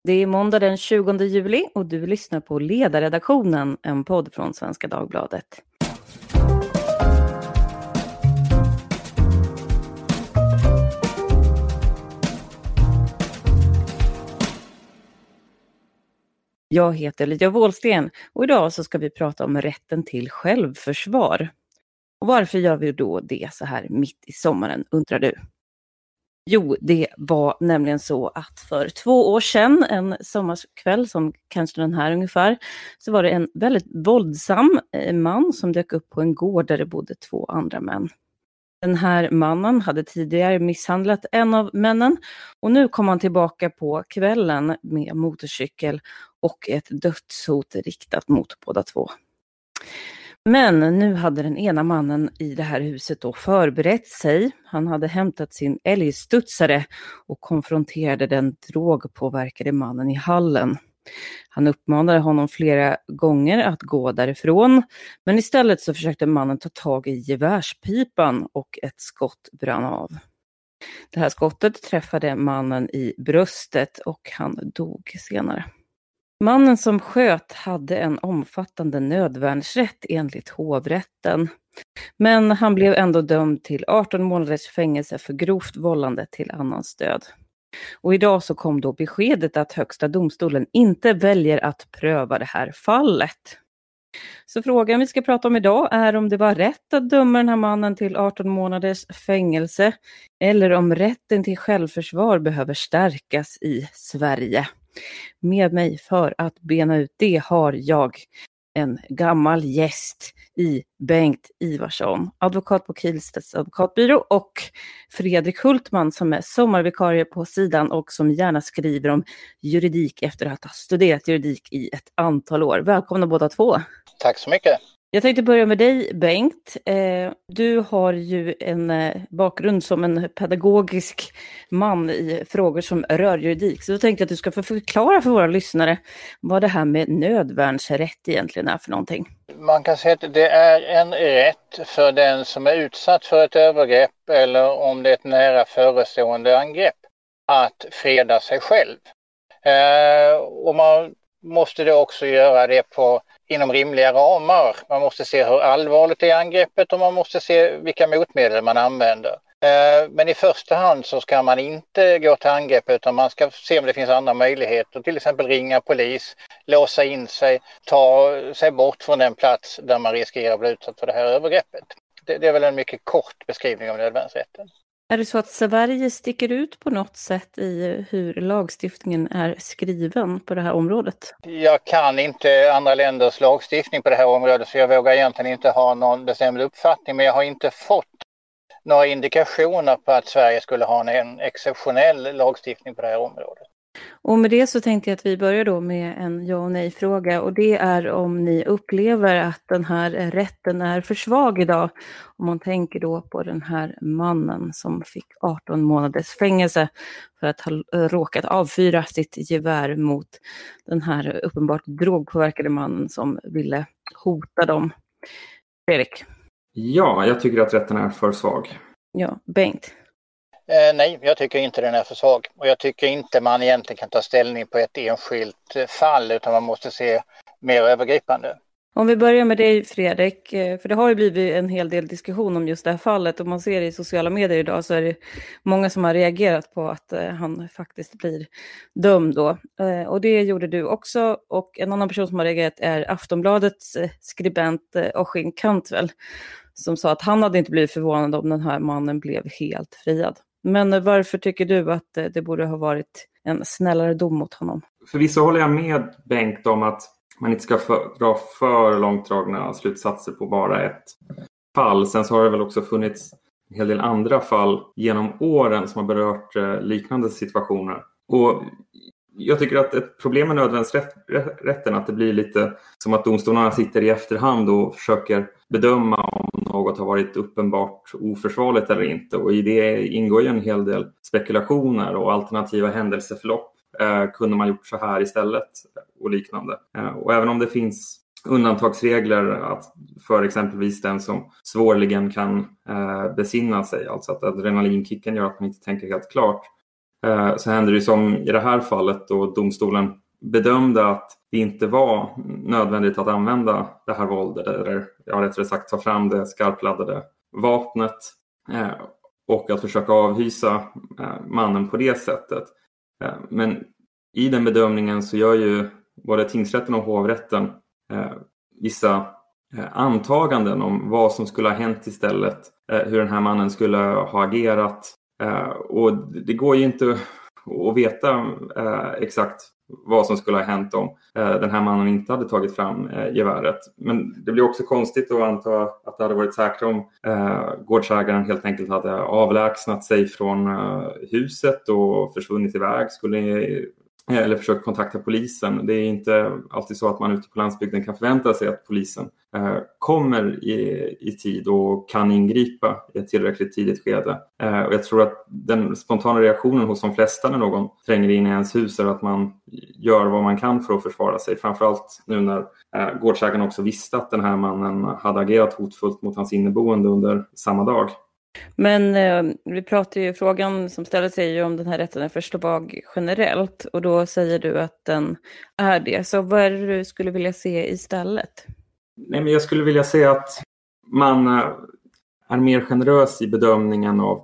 Det är måndag den 20 juli och du lyssnar på Ledarredaktionen, en podd från Svenska Dagbladet. Jag heter Lydia Wåhlsten och idag så ska vi prata om rätten till självförsvar. Och varför gör vi då det så här mitt i sommaren, undrar du? Jo, det var nämligen så att för 2 år sedan, en sommarkväll som kanske den här ungefär, så var det en väldigt våldsam man som dök upp på en gård där det bodde 2 andra män. Den här mannen hade tidigare misshandlat en av männen och nu kom han tillbaka på kvällen med motorcykel och ett dödshot riktat mot båda 2. Men nu hade den ena mannen i det här huset då förberett sig. Han hade hämtat sin älgstudsare och konfronterade den drogpåverkade mannen i hallen. Han uppmanade honom flera gånger att gå därifrån, men istället så försökte mannen ta tag i gevärspipan och ett skott brann av. Det här skottet träffade mannen i bröstet och han dog senare. Mannen som sköt hade en omfattande nödvärnsrätt enligt hovrätten. Men han blev ändå dömd till 18 månaders fängelse för grovt vållande till annans död. Och idag så kom då beskedet att Högsta domstolen inte väljer att pröva det här fallet. Så frågan vi ska prata om idag är om det var rätt att döma den här mannen till 18 månaders fängelse eller om rätten till självförsvar behöver stärkas i Sverige. Med mig för att bena ut det har jag en gammal gäst i Bengt Ivarsson, advokat på Kihlstedts advokatbyrå, och Fredrik Hultman som är sommarvikarie på sidan och som gärna skriver om juridik efter att ha studerat juridik i ett antal år. Välkomna båda 2. Tack så mycket. Jag tänkte börja med dig, Bengt. Du har ju en bakgrund som en pedagogisk man i frågor som rör juridik. Så då tänkte jag att du ska få förklara för våra lyssnare vad det här med nödvärnsrätt egentligen är för någonting. Man kan säga att det är en rätt för den som är utsatt för ett övergrepp eller om det är ett nära förestående angrepp att freda sig själv. Och man måste då också göra det inom rimliga ramar. Man måste se hur allvarligt är angreppet och man måste se vilka motmedel man använder. Men i första hand så ska man inte gå till angrepp utan man ska se om det finns andra möjligheter. Till exempel ringa polis, låsa in sig, ta sig bort från den plats där man riskerar att bli utsatt för det här övergreppet. Det är väl en mycket kort beskrivning av nödvärnsrätten. Är det så att Sverige sticker ut på något sätt i hur lagstiftningen är skriven på det här området? Jag kan inte andra länders lagstiftning på det här området så jag vågar egentligen inte ha någon bestämd uppfattning. Men jag har inte fått några indikationer på att Sverige skulle ha en exceptionell lagstiftning på det här området. Och med det så tänkte jag att vi börjar då med en ja- och nej-fråga. Och det är om ni upplever att den här rätten är för svag idag. Om man tänker då på den här mannen som fick 18 månaders fängelse för att ha råkat avfyra sitt gevär mot den här uppenbart drogpåverkade mannen som ville hota dem. Fredrik? Ja, jag tycker att rätten är för svag. Ja, Bengt? Nej, jag tycker inte den är för svag. Och jag tycker inte man egentligen kan ta ställning på ett enskilt fall utan man måste se mer övergripande. Om vi börjar med dig, Fredrik, för det har ju blivit en hel del diskussion om just det här fallet och man ser i sociala medier idag så är det många som har reagerat på att han faktiskt blir dömd då. Och det gjorde du också, och en annan person som har reagerat är Aftonbladets skribent Oshin Cantwell som sa att han hade inte blivit förvånad om den här mannen blev helt friad. Men varför tycker du att det borde ha varit en snällare dom mot honom? Förvisso håller jag med Bengt om att man inte ska dra för långtdragna slutsatser på bara ett fall. Sen så har det väl också funnits en hel del andra fall genom åren som har berört liknande situationer. Och jag tycker att ett problem med nödvärnsrätten att det blir lite som att domstolarna sitter i efterhand och försöker bedöma om något har varit uppenbart oförsvarligt eller inte. Och i det ingår ju en hel del spekulationer och alternativa händelseförlopp. Kunde man gjort så här istället och liknande. Och även om det finns undantagsregler för exempelvis den som svårligen kan besinna sig, alltså att adrenalinkicken gör att man inte tänker helt klart, så hände det som i det här fallet då domstolen bedömde att det inte var nödvändigt att använda det här våldet, eller rättare sagt ta fram det skarpladdade vapnet och att försöka avhysa mannen på det sättet. Men i den bedömningen så gör ju både tingsrätten och hovrätten vissa antaganden om vad som skulle ha hänt istället, hur den här mannen skulle ha agerat. Och det går ju inte att veta exakt vad som skulle ha hänt om den här mannen inte hade tagit fram geväret. Men det blir också konstigt att anta att det hade varit säkert om gårdsägaren helt enkelt hade avlägsnat sig från huset och försvunnit iväg, eller försökt kontakta polisen. Det är inte alltid så att man ute på landsbygden kan förvänta sig att polisen kommer i tid och kan ingripa i ett tillräckligt tidigt skede. Och jag tror att den spontana reaktionen hos de flesta när någon tränger in i ens hus är att man gör vad man kan för att försvara sig. Framförallt nu när gårdsägaren också visste att den här mannen hade agerat hotfullt mot hans inneboende under samma dag. Men vi pratar ju, frågan som ställer sig ju om den här rätten är för svag generellt, och då säger du att den är det. Så vad är det du skulle vilja se istället? Nej, men jag skulle vilja se att man är mer generös i bedömningen av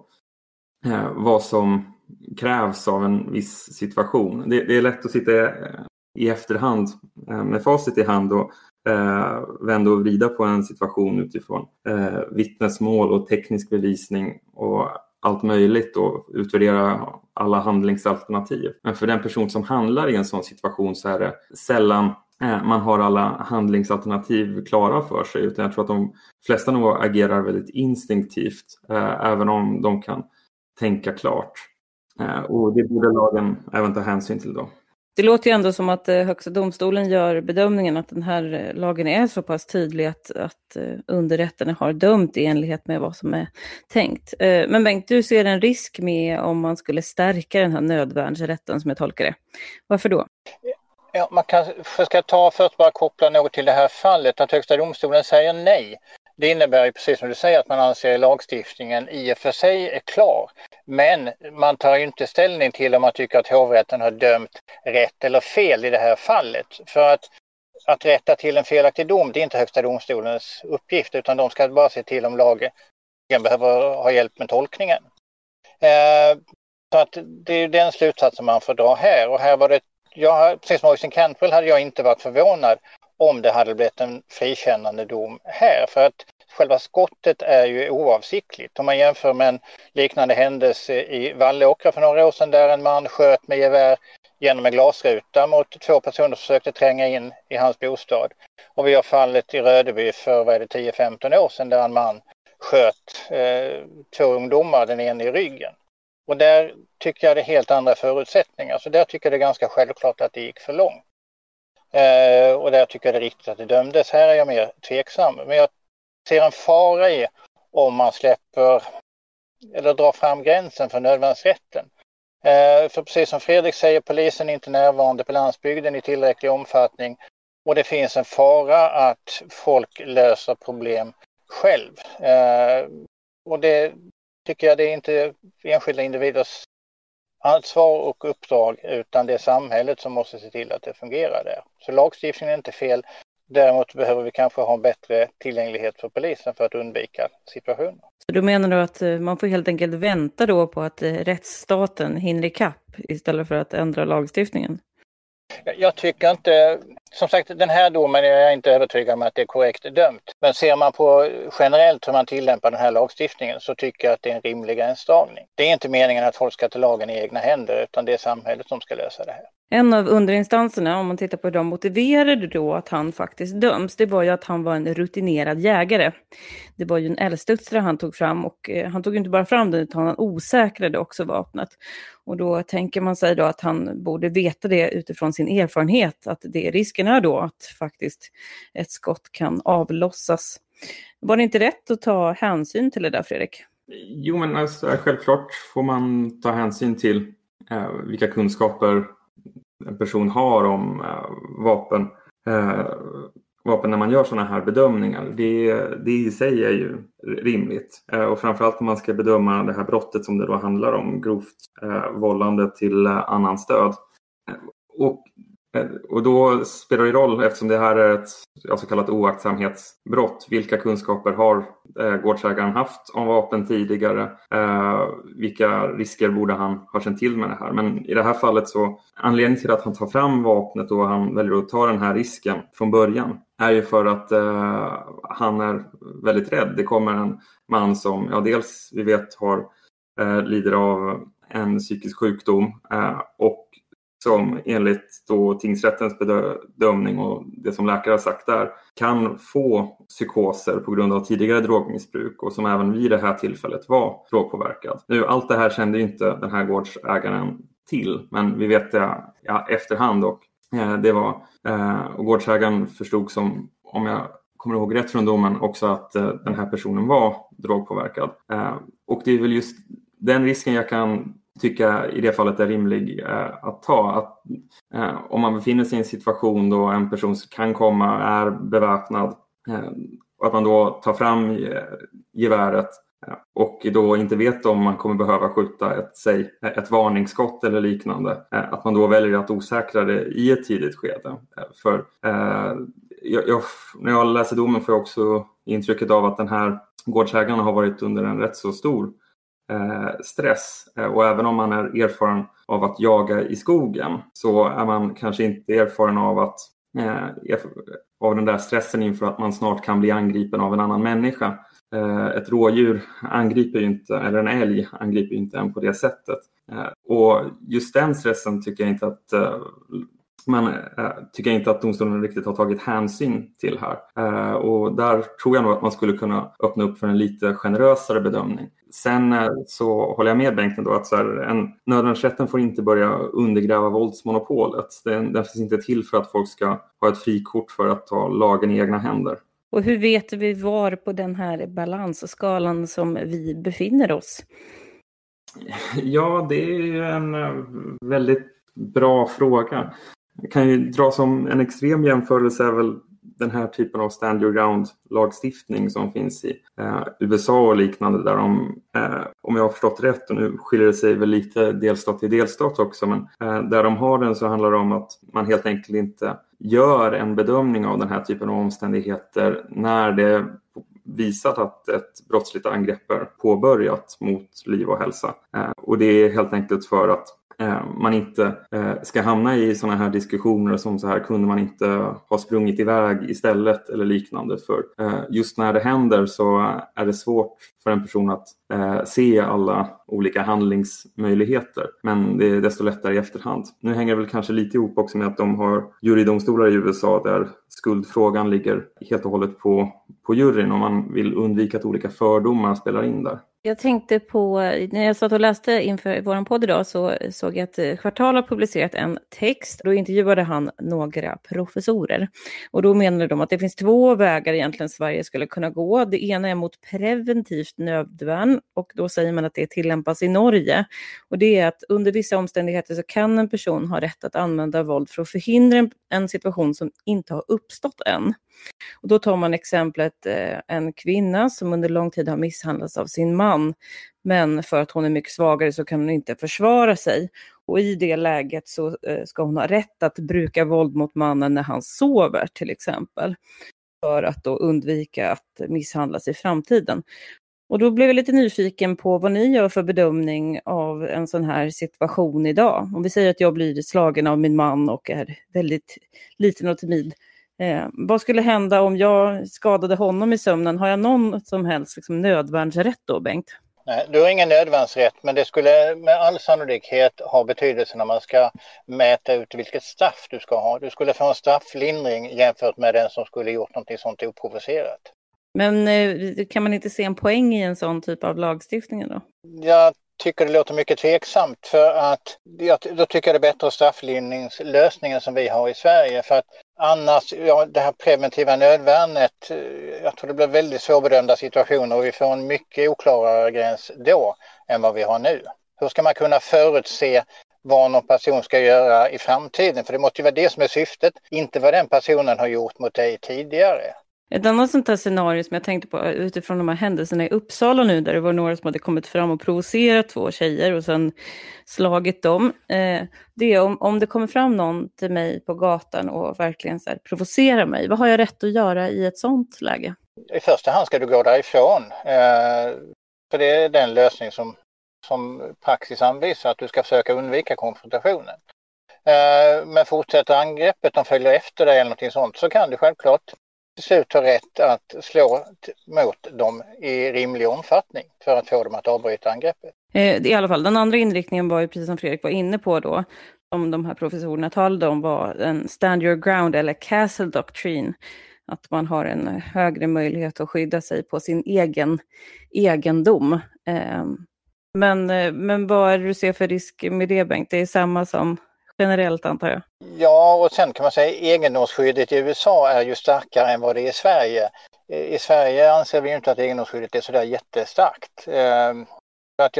vad som krävs av en viss situation. Det är lätt att sitta i efterhand med facit i hand och vända och vrida på en situation utifrån vittnesmål och teknisk bevisning och allt möjligt och utvärdera alla handlingsalternativ. Men för den person som handlar i en sån situation så är det sällan man har alla handlingsalternativ klara för sig, utan jag tror att de flesta nog agerar väldigt instinktivt även om de kan tänka klart. Och det borde lagen även ta hänsyn till då. Det låter ju ändå som att Högsta domstolen gör bedömningen att den här lagen är så pass tydlig att underrätterna har dömt i enlighet med vad som är tänkt. Men Bengt, du ser en risk med om man skulle stärka den här nödvärnsrätten som jag tolkar det. Varför då? Ja, man ska först bara koppla något till det här fallet, att Högsta domstolen säger nej. Det innebär ju precis som du säger att man anser att lagstiftningen i och för sig är klar. Men man tar ju inte ställning till om man tycker att hovrätten har dömt rätt eller fel i det här fallet. För att rätta till en felaktig dom, det är inte Högsta domstolens uppgift, utan de ska bara se till om lagen behöver ha hjälp med tolkningen. Så att det är den slutsatsen man får dra här. Och här var det, precis som Oisin Cantwell hade jag inte varit förvånad om det hade blivit en frikännande dom här. För att själva skottet är ju oavsiktligt. Om man jämför med en liknande händelse i Vallåkra för några år sedan där en man sköt med gevär genom en glasruta mot 2 personer som försökte tränga in i hans bostad. Och vi har fallet i Rödeby för 10-15 år sedan där en man sköt 2 ungdomar, den ena i ryggen. Och där tycker jag det är helt andra förutsättningar. Så där tycker jag det är ganska självklart att det gick för långt. Och där tycker jag det är riktigt att det dömdes. Här är jag mer tveksam. Men jag ser en fara i om man släpper eller drar fram gränsen för nödvärnsrätten. För precis som Fredrik säger, polisen är inte närvarande på landsbygden i tillräcklig omfattning. Och det finns en fara att folk löser problem själv. Och det tycker jag det är inte enskilda individers ansvar och uppdrag, utan det är samhället som måste se till att det fungerar där. Så lagstiftningen är inte fel. Däremot behöver vi kanske ha en bättre tillgänglighet för polisen för att undvika situationer. Så då menar du att man får helt enkelt vänta då på att rättsstaten hinner ikapp istället för att ändra lagstiftningen? Jag tycker inte, som sagt den här domen är jag inte övertygad om att det är korrekt dömt. Men ser man på generellt hur man tillämpar den här lagstiftningen så tycker jag att det är en rimlig gränsdragning. Det är inte meningen att folk ska ta lagen i egna händer, utan det är samhället som ska lösa det här. En av underinstanserna, om man tittar på dem, motiverade då att han faktiskt döms. Det var ju att han var en rutinerad jägare. Det var ju en älgstudsare han tog fram, och han tog inte bara fram den utan han osäkrade också vapnet. Och då tänker man sig då att han borde veta det utifrån sin erfarenhet, att det är risken är då att faktiskt ett skott kan avlossas. Var det inte rätt att ta hänsyn till det där, Fredrik? Jo, men alltså, självklart får man ta hänsyn till vilka kunskaper en person har om vapen. vapen när man gör sådana här bedömningar. Det i sig är ju rimligt. Och framförallt om man ska bedöma det här brottet som det då handlar om, grovt vållande till annans död. Och då spelar det roll, eftersom det här är ett så kallat oaktsamhetsbrott, vilka kunskaper har gårdsägaren haft om vapen tidigare, vilka risker borde han ha känt till med det här. Men i det här fallet så, anledningen till att han tar fram vapnet och han väljer att ta den här risken från början är ju för att han är väldigt rädd. Det kommer en man som, dels vi vet lider av en psykisk sjukdom och som enligt då tingsrättens bedömning och det som läkare har sagt där kan få psykoser på grund av tidigare drogmissbruk och som även vid det här tillfället var drogpåverkad. Nu, allt det här kände ju inte den här gårdsägaren till, men vi vet det efterhand och det var och gårdsägaren förstod, som om jag kommer ihåg rätt från domen, också att den här personen var drogpåverkad. Och det är väl just den risken jag kan tycka i det fallet är rimlig att ta. Att, om man befinner sig i en situation då en person kan komma, är beväpnad, och att man då tar fram geväret och då inte vet om man kommer behöva skjuta ett varningsskott eller liknande. Att man då väljer att osäkra det i ett tidigt skede. För när jag läser domen får jag också intrycket av att den här gårdsägaren har varit under en rätt så stor stress, och även om man är erfaren av att jaga i skogen så är man kanske inte erfaren av den där stressen inför att man snart kan bli angripen av en annan människa. Ett rådjur angriper ju inte, eller en älg angriper ju inte en på det sättet. Och just den stressen tycker jag inte att domstolen riktigt har tagit hänsyn till här. Och där tror jag nog att man skulle kunna öppna upp för en lite generösare bedömning. Sen så håller jag med Bengt då att nödvärnsrätten får inte börja undergräva våldsmonopolet. Den finns inte till för att folk ska ha ett frikort för att ta lagen i egna händer. Och hur vet vi var på den här balansskalan som vi befinner oss? Ja, det är ju en väldigt bra fråga. Jag kan ju dra som en extrem jämförelse är väl den här typen av stand your ground-lagstiftning som finns i USA och liknande, där om jag har förstått rätt, och nu skiljer det sig väl lite delstat till delstat också, men där de har den så handlar det om att man helt enkelt inte gör en bedömning av den här typen av omständigheter när det visat att ett brottsligt angrepp är påbörjat mot liv och hälsa. Och det är helt enkelt för att man inte ska hamna i sådana här diskussioner som så här, kunde man inte ha sprungit iväg istället eller liknande. För just när det händer så är det svårt för en person att se alla olika handlingsmöjligheter, men det är desto lättare i efterhand. Nu hänger det väl kanske lite ihop också med att de har jurydomstolar i USA där skuldfrågan ligger helt och hållet på juryn, om man vill undvika att olika fördomar spelar in där. Jag tänkte på, när jag satt och läste inför vår podd idag så såg jag att Kvartal har publicerat en text. Då intervjuade han några professorer. Och då menade de att det finns 2 vägar egentligen Sverige skulle kunna gå. Det ena är mot preventivt nödvärn, och då säger man att det tillämpas i Norge. Och det är att under vissa omständigheter så kan en person ha rätt att använda våld för att förhindra en situation som inte har uppstått än. Och då tar man exemplet en kvinna som under lång tid har misshandlats av sin man, men för att hon är mycket svagare så kan hon inte försvara sig. Och i det läget så ska hon ha rätt att bruka våld mot mannen när han sover till exempel, för att då undvika att misshandlas i framtiden. Och då blev jag lite nyfiken på vad ni gör för bedömning av en sån här situation idag. Om vi säger att jag blir slagen av min man och är väldigt liten och timid. Vad skulle hända om jag skadade honom i sömnen? Har jag någon som helst nödvärnsrätt då, Bengt? Nej, du har ingen nödvärnsrätt, men det skulle med all sannolikhet ha betydelse när man ska mäta ut vilket straff du ska ha. Du skulle få en strafflindring jämfört med den som skulle gjort något sånt oprovocerat. Men kan man inte se en poäng i en sån typ av lagstiftning då? Jag tycker det låter mycket tveksamt, för att då tycker jag det är bättre strafflindringslösningen som vi har i Sverige, för att annars, det här preventiva nödvärnet, jag tror det blir väldigt svårbedömda situationer och vi får en mycket oklarare gräns då än vad vi har nu. Hur ska man kunna förutse vad någon person ska göra i framtiden. För det måste ju vara det som är syftet, inte vad den personen har gjort mot dig tidigare. Ett annat sånt här scenario som jag tänkte på utifrån de här händelserna i Uppsala nu, där det var några som hade kommit fram och provocerat 2 tjejer och sen slagit dem. Det är om det kommer fram någon till mig på gatan och verkligen så här provocerar mig. Vad har jag rätt att göra i ett sånt läge? I första hand ska du gå därifrån. För det är den lösning som praxis anvisar, att du ska försöka undvika konfrontationen. Men fortsätter angreppet, de följer efter dig eller någonting sånt, så kan du självklart till slut ha rätt att slå mot dem i rimlig omfattning för att få dem att avbryta angreppet. I alla fall, den andra inriktningen var ju precis som Fredrik var inne på då, som de här professorerna talade om, var en stand your ground eller castle doctrine. Att man har en högre möjlighet att skydda sig på sin egen egendom. Men vad är det du ser för risk med det, Bengt? Det är samma som generellt, antar jag. Ja, och sen kan man säga att egendomsskyddet i USA är ju starkare än vad det är i Sverige. I Sverige anser vi inte att egendomsskyddet är sådär jättestarkt. För att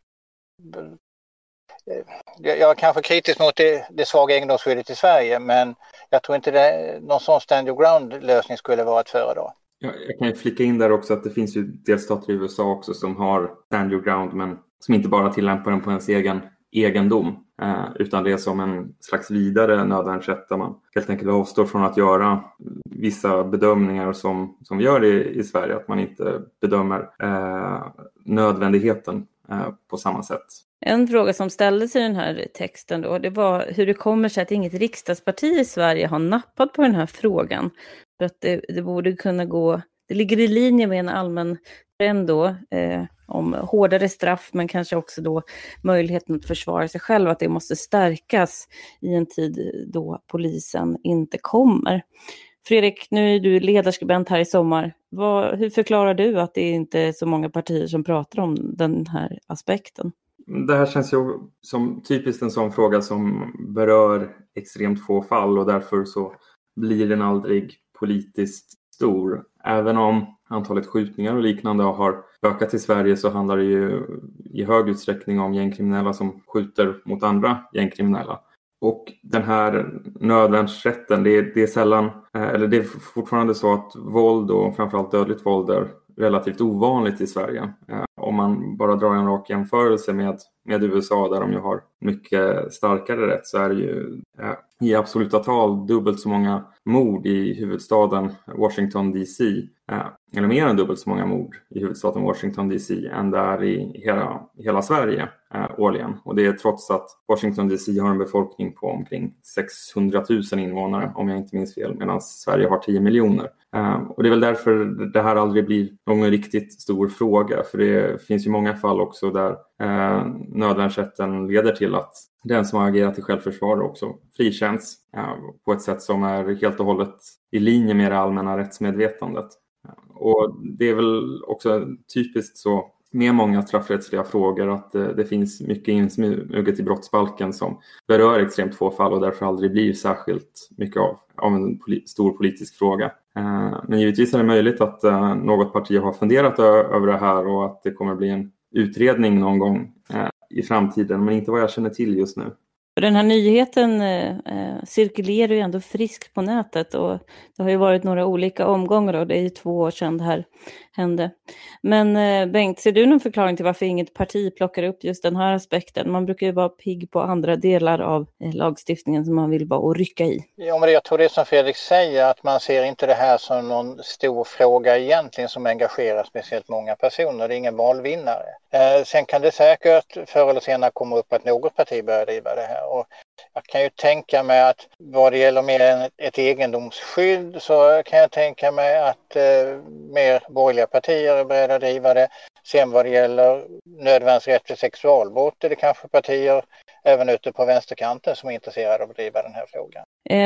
jag är kanske kritisk mot det svaga egendomsskyddet i Sverige, men jag tror inte någon sån stand your ground-lösning skulle vara att föredra. Ja, jag kan ju flika in där också att det finns ju delstater i USA också som har stand your ground, men som inte bara tillämpar den på ens egen egendom, utan det är som en slags vidare nödvärnsrätt där man helt enkelt avstår från att göra vissa bedömningar som vi gör i Sverige, att man inte bedömer nödvändigheten på samma sätt. En fråga som ställdes i den här texten då, det var hur det kommer sig att inget riksdagsparti i Sverige har nappat på den här frågan. För att det borde kunna gå, det ligger i linje med en allmän trend då, om hårdare straff, men kanske också då möjligheten att försvara sig själv, att det måste stärkas i en tid då polisen inte kommer. Fredrik, nu är du ledarskribent här i sommar. Hur förklarar du att det inte är så många partier som pratar om den här aspekten? Det här känns ju som typiskt en sån fråga som berör extremt få fall, och därför så blir den aldrig politiskt stor. Även om antalet skjutningar och liknande har ökat i Sverige, så handlar det ju i hög utsträckning om gängkriminella som skjuter mot andra gängkriminella. Och den här nödvärnsrätten, det är sällan, eller det är fortfarande så att våld och framförallt dödligt våld är relativt ovanligt i Sverige. Om man bara drar en rak jämförelse med USA, där de ju har mycket starkare rätt, så är det ju i absoluta tal dubbelt så många mord i huvudstaden Washington DC, eller mer än dubbelt så många mord i huvudstaden Washington DC än där i hela Sverige årligen. Och det är trots att Washington DC har en befolkning på omkring 600 000 invånare, om jag inte minns fel, medan Sverige har 10 miljoner. Och det är väl därför det här aldrig blir någon riktigt stor fråga, för det finns ju många fall också där nödvärnsrätten leder till att den som har agerat i självförsvar också frikänns på ett sätt som är helt och hållet i linje med det allmänna rättsmedvetandet. Och det är väl också typiskt så med många straffrättsliga frågor att det finns mycket insmuget i brottsbalken som berör extremt få fall och därför aldrig blir särskilt mycket av en stor politisk fråga. Men givetvis är det möjligt att något parti har funderat över det här och att det kommer bli en utredning någon gång i framtiden, men inte vad jag känner till just nu. Den här nyheten cirkulerar ju ändå friskt på nätet, och det har ju varit några olika omgångar, och det är ju 2 år sedan det här hände. Men Bengt, ser du någon förklaring till varför inget parti plockar upp just den här aspekten? Man brukar ju vara pigg på andra delar av lagstiftningen som man vill bara och rycka i. Ja, men jag tror det som Fredrik säger, att man ser inte det här som någon stor fråga egentligen som engagerar speciellt många personer. Det är ingen valvinnare. Sen kan det säkert förr eller senare komma upp att något parti börjar driva det här. Och jag kan ju tänka mig att vad det gäller mer än ett egendomsskydd, så kan jag tänka mig att mer borgerliga partier är beredda att driva det. Sen vad det gäller nödvärnsrätt för sexualbrott är det kanske partier även ute på vänsterkanten som är intresserade av att driva den här frågan.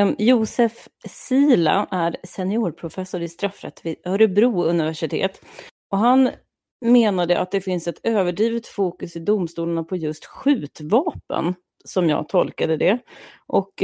Josef Sila är seniorprofessor i straffrätt vid Örebro universitet, och han menade att det finns ett överdrivet fokus i domstolarna på just skjutvapen, som jag tolkade det. Och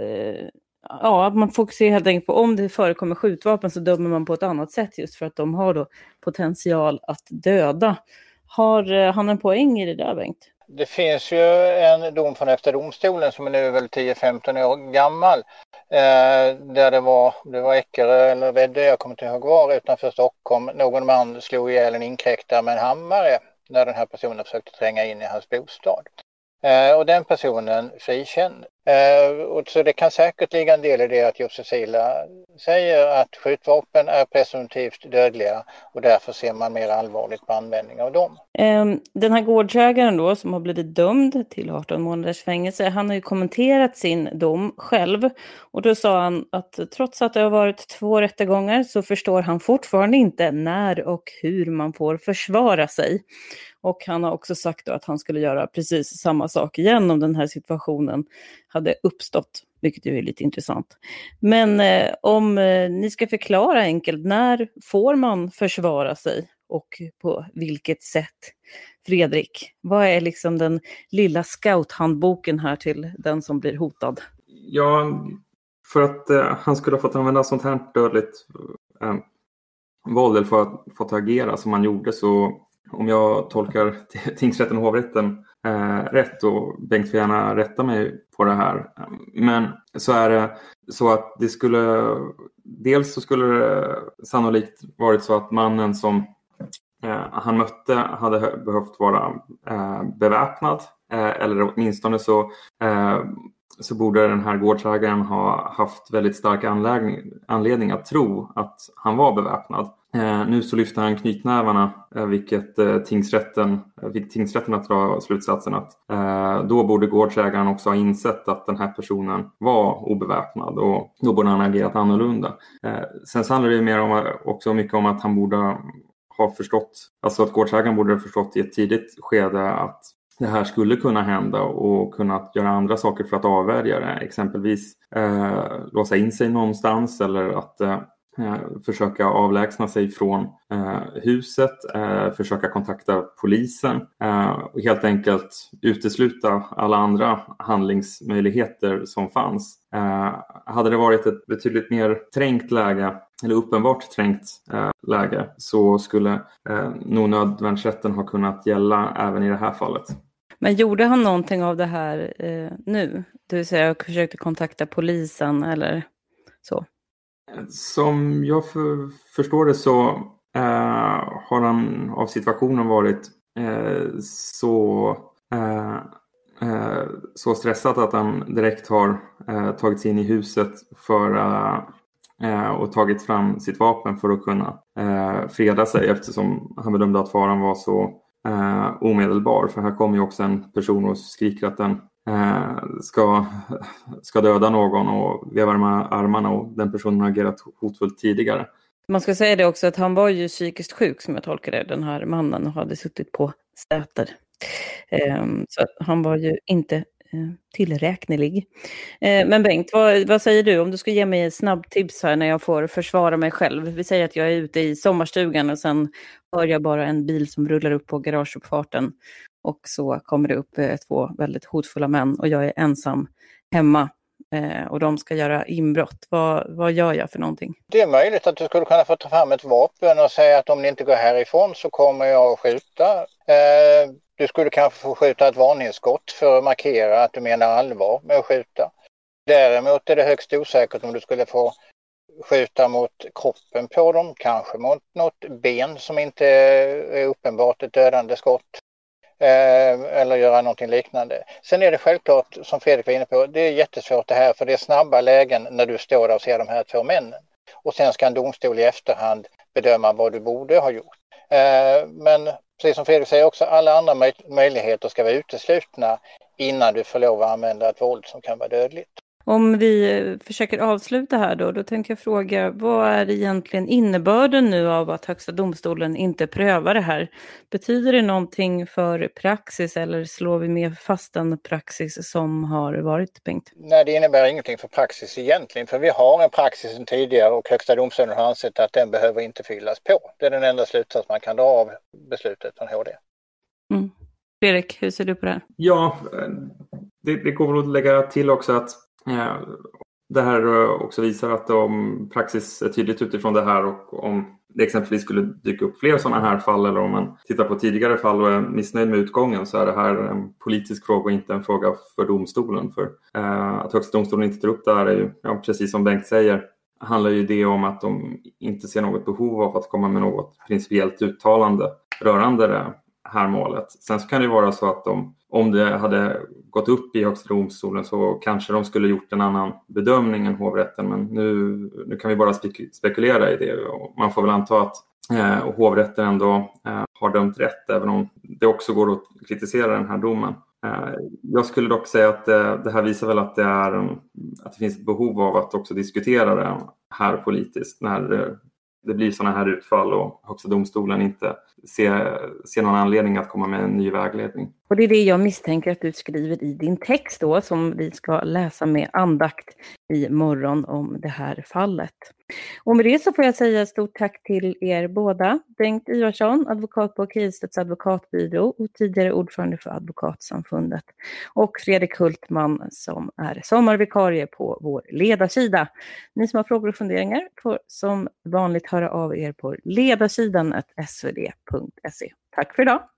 man fokuserar helt enkelt på om det förekommer skjutvapen, så dömer man på ett annat sätt just för att de har då potential att döda. Har han en poäng i det där, Bengt? Det finns ju en dom från Högsta domstolen som är nu väl 10-15 år gammal. Där det var Eckerö eller Väddö, jag kommer inte ihåg var, utanför Stockholm. Någon man slog ihjäl en inkräktare med en hammare när den här personen försökte tränga in i hans bostad. Och den personen frikänd. Och så det kan säkert ligga en del i det att Cecilia säger att skjutvapen är presumtivt dödliga och därför ser man mer allvarligt på användning av dem. Den här gårdsägaren då som har blivit dömd till 18 månaders fängelse, han har ju kommenterat sin dom själv och då sa han att trots att det har varit 2 rättegångar så förstår han fortfarande inte när och hur man får försvara sig. Och han har också sagt då att han skulle göra precis samma sak igen om den här situationen hade uppstått, vilket ju är lite intressant. Men om ni ska förklara enkelt, när får man försvara sig och på vilket sätt? Fredrik, vad är liksom den lilla scouthandboken här till den som blir hotad? Ja, för att han skulle ha fått använda sånt här dödligt våld eller för att fått agera som han gjorde, så om jag tolkar tingsrätten och hovrätten rätt, och Bengt får gärna rätta mig på det här, men så är det så att det skulle, dels så skulle det sannolikt varit så att mannen som han mötte hade behövt vara beväpnad, eller åtminstone så borde den här gårdsägaren ha haft väldigt stark anledning att tro att han var beväpnad. Nu så lyfter han knytnävarna, vilket fick tingsrätten att dra slutsatsen att då borde gårdsägaren också ha insett att den här personen var obeväpnad, och då borde han ha agerat annorlunda. Sen så handlar det mer också mycket om att han borde ha förstått, alltså att gårdsägaren borde ha förstått i ett tidigt skede att det här skulle kunna hända och kunnat göra andra saker för att avvärja det. Exempelvis låsa in sig någonstans eller att försöka avlägsna sig från huset, försöka kontakta polisen och helt enkelt utesluta alla andra handlingsmöjligheter som fanns. Hade det varit ett betydligt mer trängt läge, eller uppenbart trängt läge, så skulle nog nödvärnsrätten ha kunnat gälla även i det här fallet. Men gjorde han någonting av det här nu? Det vill säga, jag försökte kontakta polisen eller så? Som jag förstår det så har han av situationen varit så stressad att han direkt har tagit sig in i huset och tagit fram sitt vapen för att kunna freda sig, eftersom han bedömde att faran var så omedelbar. För här kommer ju också en person och skriker att den ska döda någon och vevar med armarna, och den personen har agerat hotfullt tidigare. Man ska säga det också att han var ju psykiskt sjuk, som jag tolkar det, den här mannen, och hade suttit på säter. Så han var ju inte tillräknelig. Men Bengt, vad säger du om du ska ge mig ett snabbtips här när jag får försvara mig själv? Vi säger att jag är ute i sommarstugan och sen hör jag bara en bil som rullar upp på garageuppfarten. Och så kommer det upp 2 väldigt hotfulla män och jag är ensam hemma och de ska göra inbrott. Vad gör jag för någonting? Det är möjligt att du skulle kunna få ta fram ett vapen och säga att om ni inte går härifrån så kommer jag att skjuta. Du skulle kanske få skjuta ett varningsskott för att markera att du menar allvar med att skjuta. Däremot är det högst osäkert om du skulle få skjuta mot kroppen på dem, kanske mot något ben som inte är uppenbart ett dödande skott. Eller göra någonting liknande. Sen är det självklart, som Fredrik var inne på, det är jättesvårt det här, för det är snabba lägen när du står där och ser de här 2 männen. Och sen ska en domstol i efterhand bedöma vad du borde ha gjort. Men precis som Fredrik säger också, alla andra möjligheter ska vara uteslutna innan du får lov att använda ett våld som kan vara dödligt. Om vi försöker avsluta här då tänkte jag fråga, vad är egentligen innebörden nu av att Högsta domstolen inte prövar det här? Betyder det någonting för praxis eller slår vi med fast en praxis som har varit, Bengt? Nej, det innebär ingenting för praxis egentligen, för vi har en praxis sedan tidigare och Högsta domstolen har ansett att den behöver inte fyllas på. Det är den enda slutsats man kan dra av beslutet från HD. Mm. Fredrik, hur ser du på det här? Ja, det går väl att lägga till också att det här också visar att om praxis är tydligt utifrån det här och om det exempelvis skulle dyka upp fler sådana här fall, eller om man tittar på tidigare fall och är missnöjd med utgången, så är det här en politisk fråga och inte en fråga för domstolen. För att Högsta domstolen inte tar upp det här är ju, precis som Bengt säger, handlar ju det om att de inte ser något behov av att komma med något principiellt uttalande rörande det här målet. Sen så kan det vara så att om det hade gått upp i Högsta domstolen så kanske de skulle gjort en annan bedömning än hovrätten. Men nu kan vi bara spekulera i det. Och man får väl anta att hovrätten ändå har dömt rätt, även om det också går att kritisera den här domen. Jag skulle dock säga att det här visar väl att det finns ett behov av att också diskutera det här politiskt när det blir sådana här utfall och Högsta domstolen inte ser någon anledning att komma med en ny vägledning. Och det är det jag misstänker att du skriver i din text då, som vi ska läsa med andakt i morgon om det här fallet. Och med det så får jag säga stort tack till er båda. Bengt Ivarsson, advokat på Kihlstedts advokatbyrå och tidigare ordförande för Advokatsamfundet. Och Fredrik Hultman som är sommarvikarie på vår ledarsida. Ni som har frågor och funderingar får som vanligt höra av er på ledarsidan svd.se. Tack för idag!